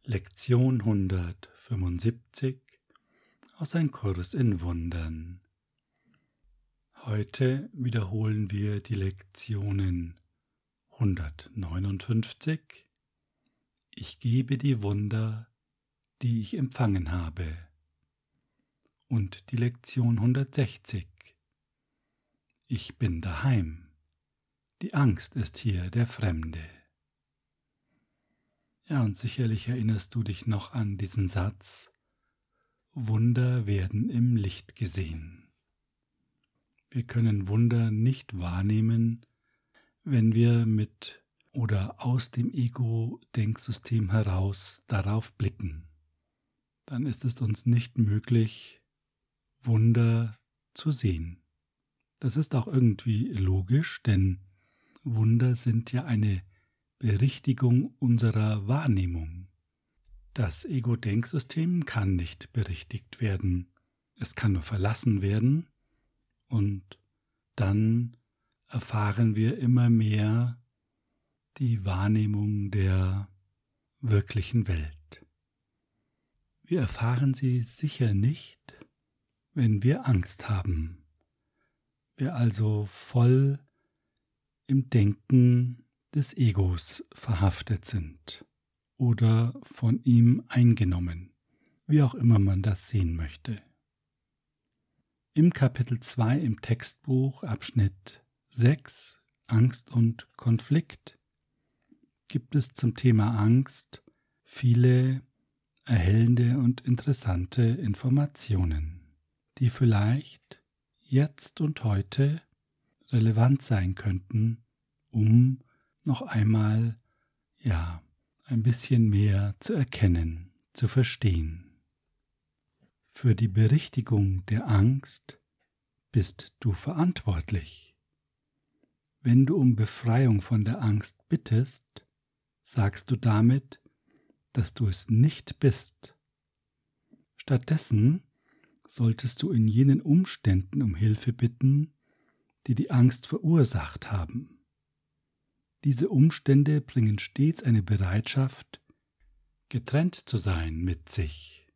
Lektion 175 aus Ein Kurs in Wundern. Heute wiederholen wir die Lektionen 159. Ich gebe die Wunder, die ich empfangen habe. Und die Lektion 160. Ich bin daheim. Die Angst ist hier der Fremde. Ja, und sicherlich erinnerst du dich noch an diesen Satz: Wunder werden im Licht gesehen. Wir können Wunder nicht wahrnehmen, wenn wir mit oder aus dem Ego-Denksystem heraus darauf blicken. Dann ist es uns nicht möglich, Wunder zu sehen. Das ist auch irgendwie logisch, denn Wunder sind ja eine Berichtigung unserer Wahrnehmung. Das Ego-Denksystem kann nicht berichtigt werden. Es kann nur verlassen werden und dann erfahren wir immer mehr die Wahrnehmung der wirklichen Welt. Wir erfahren sie sicher nicht, wenn wir Angst haben. Wir also voll im Denken des Egos verhaftet sind oder von ihm eingenommen, wie auch immer man das sehen möchte. Im Kapitel 2 im Textbuch, Abschnitt 6, Angst und Konflikt, gibt es zum Thema Angst viele erhellende und interessante Informationen, die vielleicht jetzt und heute relevant sein könnten, um noch einmal, ein bisschen mehr zu erkennen, zu verstehen. Für die Berichtigung der Angst bist du verantwortlich. Wenn du um Befreiung von der Angst bittest, sagst du damit, dass du es nicht bist. Stattdessen solltest du in jenen Umständen um Hilfe bitten, die die Angst verursacht haben. Diese Umstände bringen stets eine Bereitschaft, getrennt zu sein mit sich.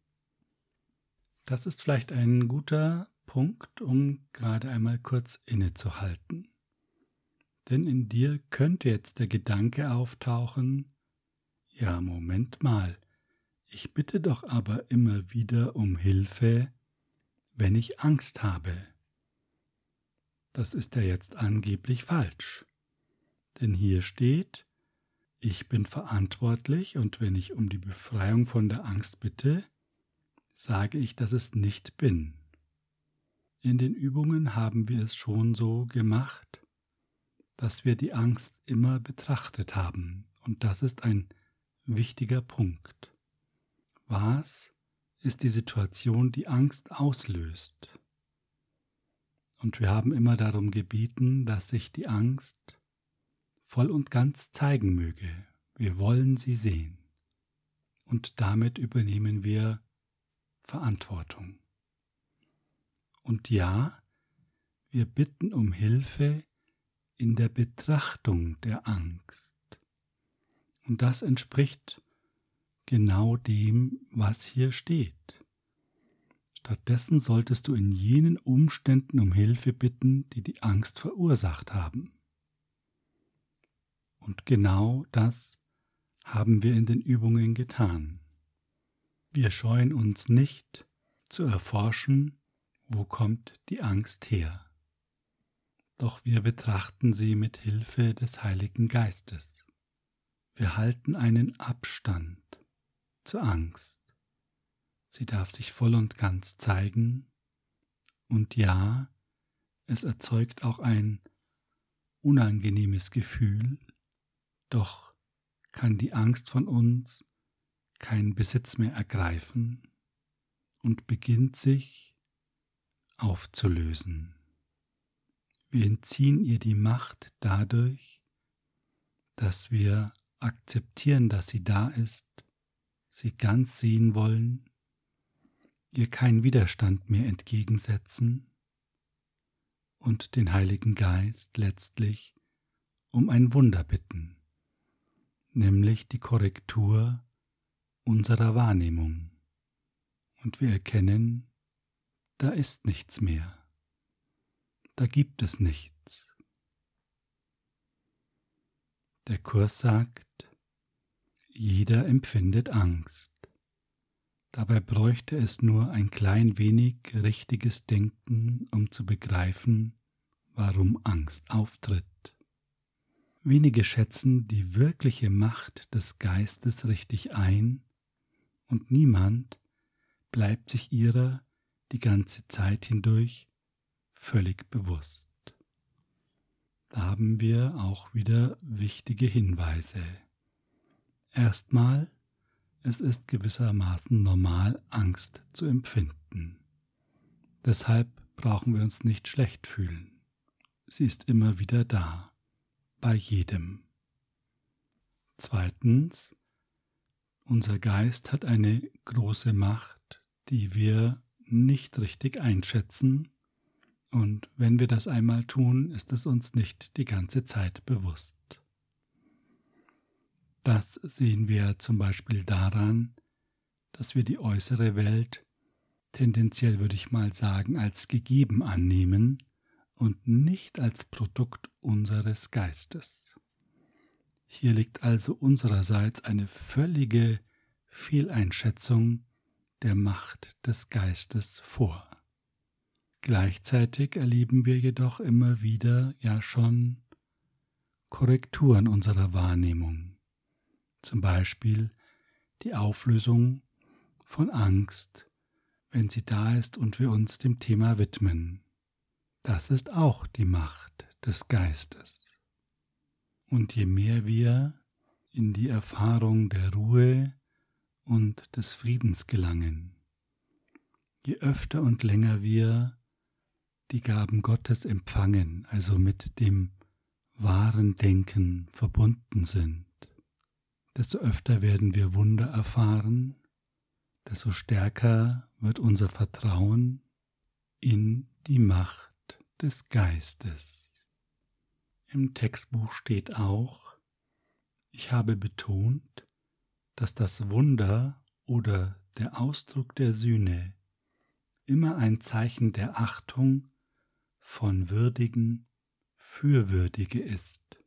Das ist vielleicht ein guter Punkt, um gerade einmal kurz innezuhalten. Denn in dir könnte jetzt der Gedanke auftauchen: Ja, Moment mal, ich bitte doch aber immer wieder um Hilfe, wenn ich Angst habe. Das ist ja jetzt angeblich falsch. Denn hier steht, ich bin verantwortlich und wenn ich um die Befreiung von der Angst bitte, sage ich, dass es nicht bin. In den Übungen haben wir es schon so gemacht, dass wir die Angst immer betrachtet haben. Und das ist ein wichtiger Punkt. Was ist die Situation, die Angst auslöst? Und wir haben immer darum gebeten, dass sich die Angst voll und ganz zeigen möge. Wir wollen sie sehen. Und damit übernehmen wir Verantwortung. Und ja, wir bitten um Hilfe in der Betrachtung der Angst. Und das entspricht genau dem, was hier steht. Stattdessen solltest du in jenen Umständen um Hilfe bitten, die die Angst verursacht haben. Und genau das haben wir in den Übungen getan. Wir scheuen uns nicht zu erforschen, wo kommt die Angst her. Doch wir betrachten sie mit Hilfe des Heiligen Geistes. Wir halten einen Abstand zur Angst. Sie darf sich voll und ganz zeigen und ja, es erzeugt auch ein unangenehmes Gefühl, doch kann die Angst von uns keinen Besitz mehr ergreifen und beginnt sich aufzulösen. Wir entziehen ihr die Macht dadurch, dass wir akzeptieren, dass sie da ist, sie ganz sehen wollen, ihr keinen Widerstand mehr entgegensetzen und den Heiligen Geist letztlich um ein Wunder bitten, nämlich die Korrektur unserer Wahrnehmung und wir erkennen, da ist nichts mehr, da gibt es nichts. Der Kurs sagt, jeder empfindet Angst. Dabei bräuchte es nur ein klein wenig richtiges Denken, um zu begreifen, warum Angst auftritt. Wenige schätzen die wirkliche Macht des Geistes richtig ein und niemand bleibt sich ihrer die ganze Zeit hindurch völlig bewusst. Da haben wir auch wieder wichtige Hinweise. Erstmal, es ist gewissermaßen normal, Angst zu empfinden. Deshalb brauchen wir uns nicht schlecht fühlen. Sie ist immer wieder da, bei jedem. Zweitens, unser Geist hat eine große Macht, die wir nicht richtig einschätzen, und wenn wir das einmal tun, ist es uns nicht die ganze Zeit bewusst. Das sehen wir zum Beispiel daran, dass wir die äußere Welt tendenziell, würde ich mal sagen, als gegeben annehmen und nicht als Produkt unseres Geistes. Hier liegt also unsererseits eine völlige Fehleinschätzung der Macht des Geistes vor. Gleichzeitig erleben wir jedoch immer wieder ja schon Korrekturen unserer Wahrnehmung. Zum Beispiel die Auflösung von Angst, wenn sie da ist und wir uns dem Thema widmen. Das ist auch die Macht des Geistes. Und je mehr wir in die Erfahrung der Ruhe und des Friedens gelangen, je öfter und länger wir die Gaben Gottes empfangen, also mit dem wahren Denken verbunden sind, desto öfter werden wir Wunder erfahren, desto stärker wird unser Vertrauen in die Macht des Geistes. Im Textbuch steht auch, ich habe betont, dass das Wunder oder der Ausdruck der Sühne immer ein Zeichen der Achtung von Würdigen für Würdige ist.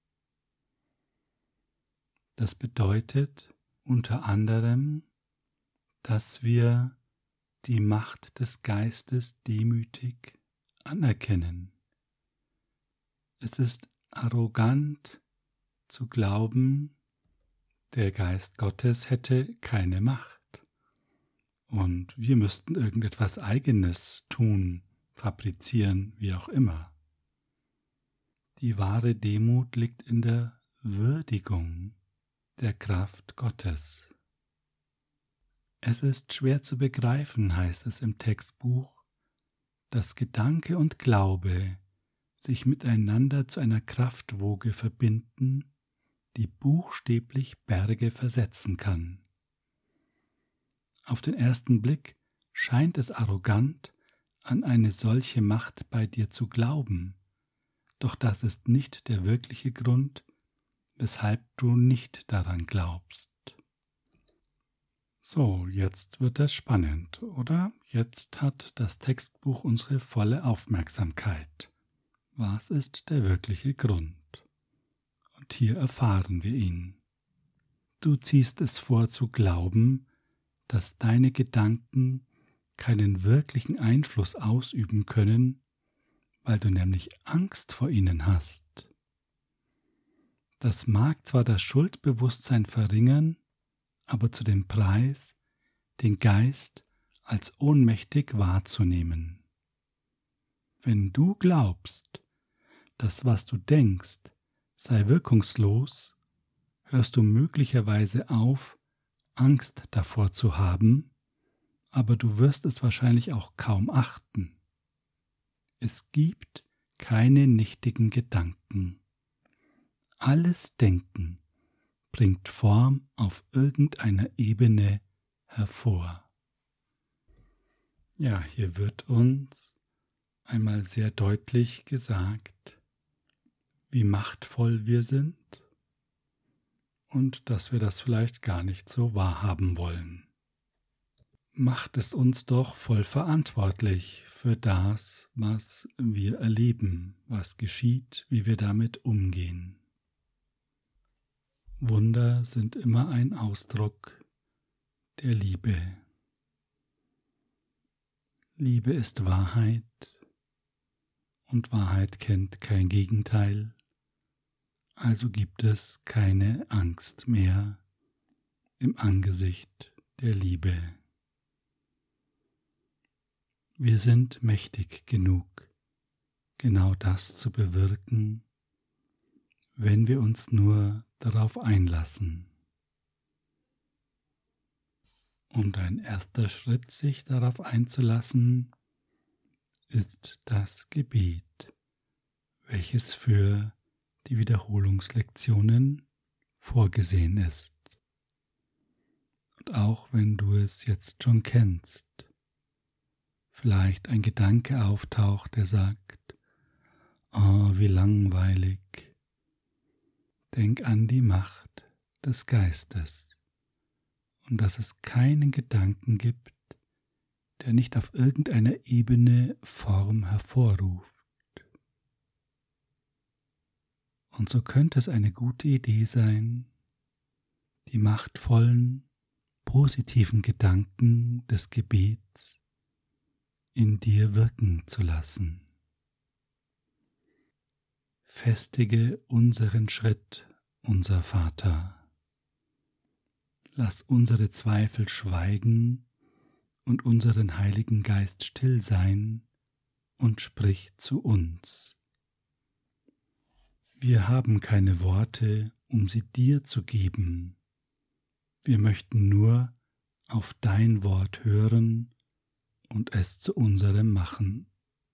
Das bedeutet unter anderem, dass wir die Macht des Geistes demütig anerkennen. Es ist arrogant zu glauben, der Geist Gottes hätte keine Macht und wir müssten irgendetwas Eigenes tun, fabrizieren, wie auch immer. Die wahre Demut liegt in der Würdigung der Kraft Gottes. Es ist schwer zu begreifen, heißt es im Textbuch, dass Gedanke und Glaube sich miteinander zu einer Kraftwoge verbinden, die buchstäblich Berge versetzen kann. Auf den ersten Blick scheint es arrogant, an eine solche Macht bei dir zu glauben, doch das ist nicht der wirkliche Grund, weshalb du nicht daran glaubst. So, jetzt wird es spannend, oder? Jetzt hat das Textbuch unsere volle Aufmerksamkeit. Was ist der wirkliche Grund? Und hier erfahren wir ihn. Du ziehst es vor zu glauben, dass deine Gedanken keinen wirklichen Einfluss ausüben können, weil du nämlich Angst vor ihnen hast. Das mag zwar das Schuldbewusstsein verringern, aber zu dem Preis, den Geist als ohnmächtig wahrzunehmen. Wenn du glaubst, dass was du denkst, sei wirkungslos, hörst du möglicherweise auf, Angst davor zu haben, aber du wirst es wahrscheinlich auch kaum achten. Es gibt keine nichtigen Gedanken. Alles Denken bringt Form auf irgendeiner Ebene hervor. Ja, hier wird uns einmal sehr deutlich gesagt, wie machtvoll wir sind und dass wir das vielleicht gar nicht so wahrhaben wollen. Macht es uns doch voll verantwortlich für das, was wir erleben, was geschieht, wie wir damit umgehen. Wunder sind immer ein Ausdruck der Liebe. Liebe ist Wahrheit und Wahrheit kennt kein Gegenteil, also gibt es keine Angst mehr im Angesicht der Liebe. Wir sind mächtig genug, genau das zu bewirken, wenn wir uns nur darauf einlassen. Und ein erster Schritt, sich darauf einzulassen, ist das Gebet, welches für die Wiederholungslektionen vorgesehen ist. Und auch wenn du es jetzt schon kennst, vielleicht ein Gedanke auftaucht, der sagt, oh, wie langweilig. Denk an die Macht des Geistes und dass es keinen Gedanken gibt, der nicht auf irgendeiner Ebene Form hervorruft. Und so könnte es eine gute Idee sein, die machtvollen, positiven Gedanken des Gebets in dir wirken zu lassen. Festige unseren Schritt, unser Vater. Lass unsere Zweifel schweigen und unseren Heiligen Geist still sein und sprich zu uns. Wir haben keine Worte, um sie dir zu geben. Wir möchten nur auf dein Wort hören und es zu unserem machen.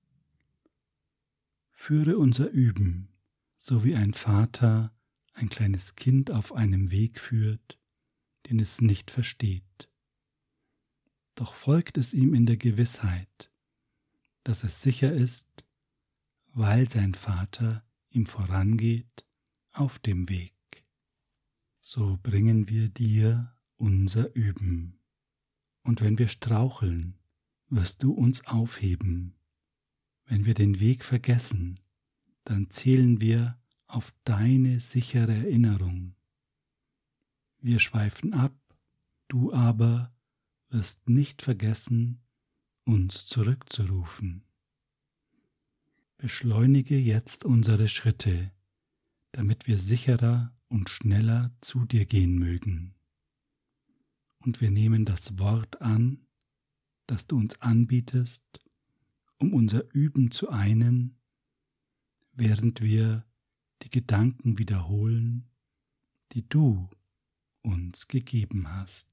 Führe unser Üben, so wie ein Vater ein kleines Kind auf einem Weg führt, den es nicht versteht. Doch folgt es ihm in der Gewissheit, dass es sicher ist, weil sein Vater ihm vorangeht auf dem Weg. So bringen wir dir unser Üben. Und wenn wir straucheln, wirst du uns aufheben. Wenn wir den Weg vergessen, dann zählen wir auf deine sichere Erinnerung. Wir schweifen ab, du aber wirst nicht vergessen, uns zurückzurufen. Beschleunige jetzt unsere Schritte, damit wir sicherer und schneller zu dir gehen mögen. Und wir nehmen das Wort an, das du uns anbietest, um unser Üben zu einen, während wir die Gedanken wiederholen, die du uns gegeben hast.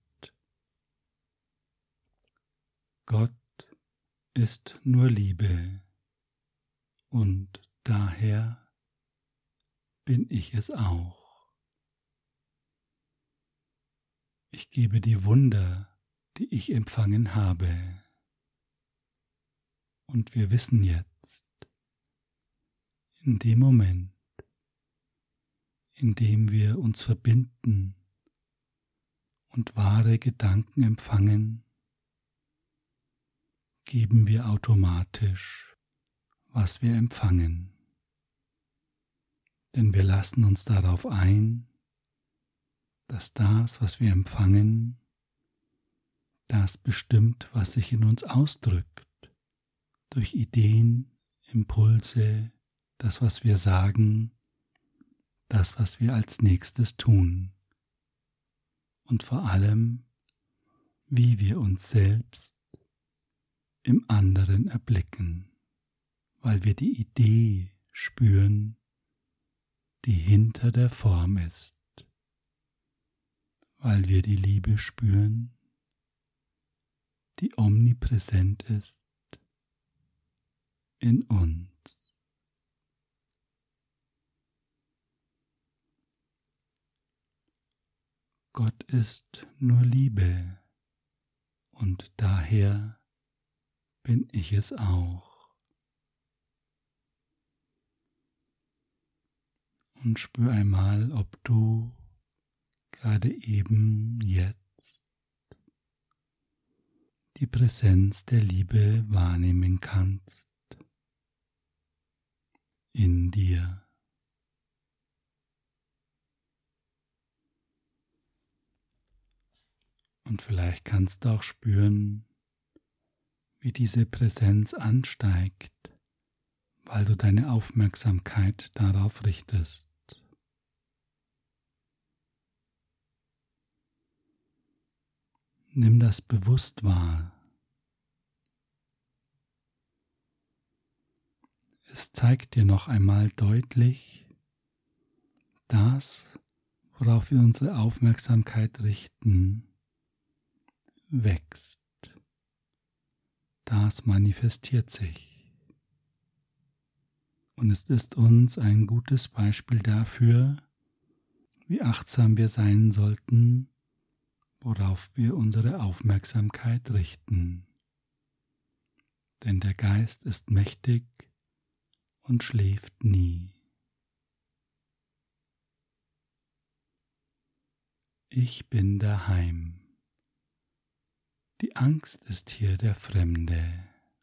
Gott ist nur Liebe und daher bin ich es auch. Ich gebe die Wunder, die ich empfangen habe. Und wir wissen jetzt, in dem Moment, in dem wir uns verbinden und wahre Gedanken empfangen, geben wir automatisch, was wir empfangen. Denn wir lassen uns darauf ein, dass das, was wir empfangen, das bestimmt, was sich in uns ausdrückt, durch Ideen, Impulse, das, was wir sagen, das, was wir als nächstes tun und vor allem, wie wir uns selbst im anderen erblicken, weil wir die Idee spüren, die hinter der Form ist, weil wir die Liebe spüren, die omnipräsent ist in uns. Gott ist nur Liebe und daher bin ich es auch. Und spür einmal, ob du gerade eben jetzt die Präsenz der Liebe wahrnehmen kannst in dir. Und vielleicht kannst du auch spüren, wie diese Präsenz ansteigt, weil du deine Aufmerksamkeit darauf richtest. Nimm das bewusst wahr. Es zeigt dir noch einmal deutlich, das, worauf wir unsere Aufmerksamkeit richten, wächst. Das manifestiert sich. Und es ist uns ein gutes Beispiel dafür, wie achtsam wir sein sollten, worauf wir unsere Aufmerksamkeit richten. Denn der Geist ist mächtig und schläft nie. Ich bin daheim. Die Angst ist hier der Fremde.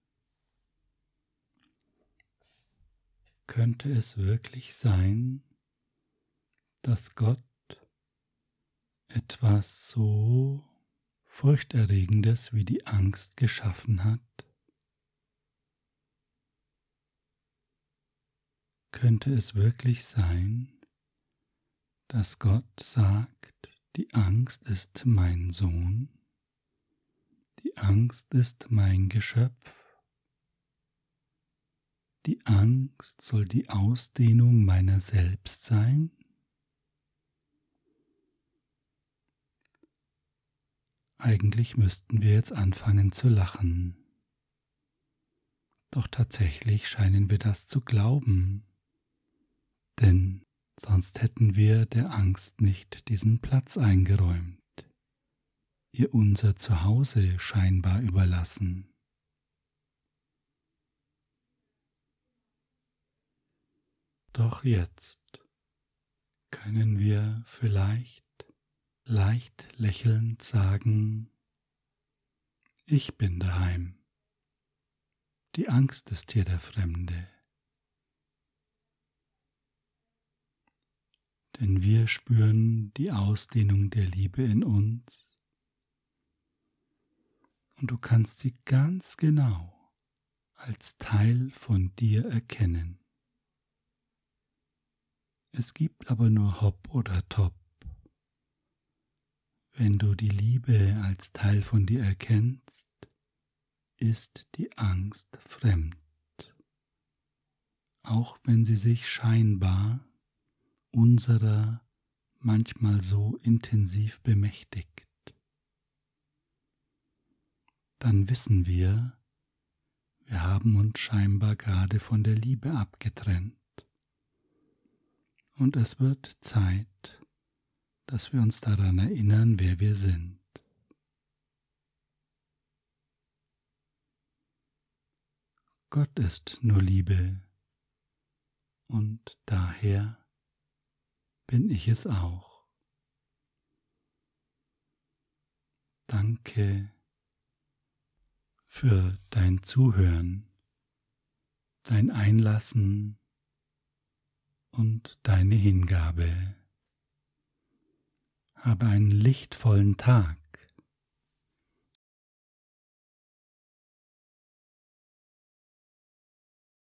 Könnte es wirklich sein, dass Gott etwas so Furchterregendes wie die Angst geschaffen hat? Könnte es wirklich sein, dass Gott sagt, die Angst ist mein Sohn, die Angst ist mein Geschöpf, die Angst soll die Ausdehnung meiner selbst sein? Eigentlich müssten wir jetzt anfangen zu lachen. Doch tatsächlich scheinen wir das zu glauben, denn sonst hätten wir der Angst nicht diesen Platz eingeräumt, ihr unser Zuhause scheinbar überlassen. Doch jetzt können wir vielleicht leicht lächelnd sagen, ich bin daheim. Die Angst ist hier der Fremde. Denn wir spüren die Ausdehnung der Liebe in uns und du kannst sie ganz genau als Teil von dir erkennen. Es gibt aber nur Hop oder Top. Wenn du die Liebe als Teil von dir erkennst, ist die Angst fremd, auch wenn sie sich scheinbar unserer manchmal so intensiv bemächtigt. Dann wissen wir haben uns scheinbar gerade von der Liebe abgetrennt. Und es wird Zeit, dass wir uns daran erinnern, wer wir sind. Gott ist nur Liebe und daher bin ich es auch. Danke für dein Zuhören, dein Einlassen und deine Hingabe. Habe einen lichtvollen Tag.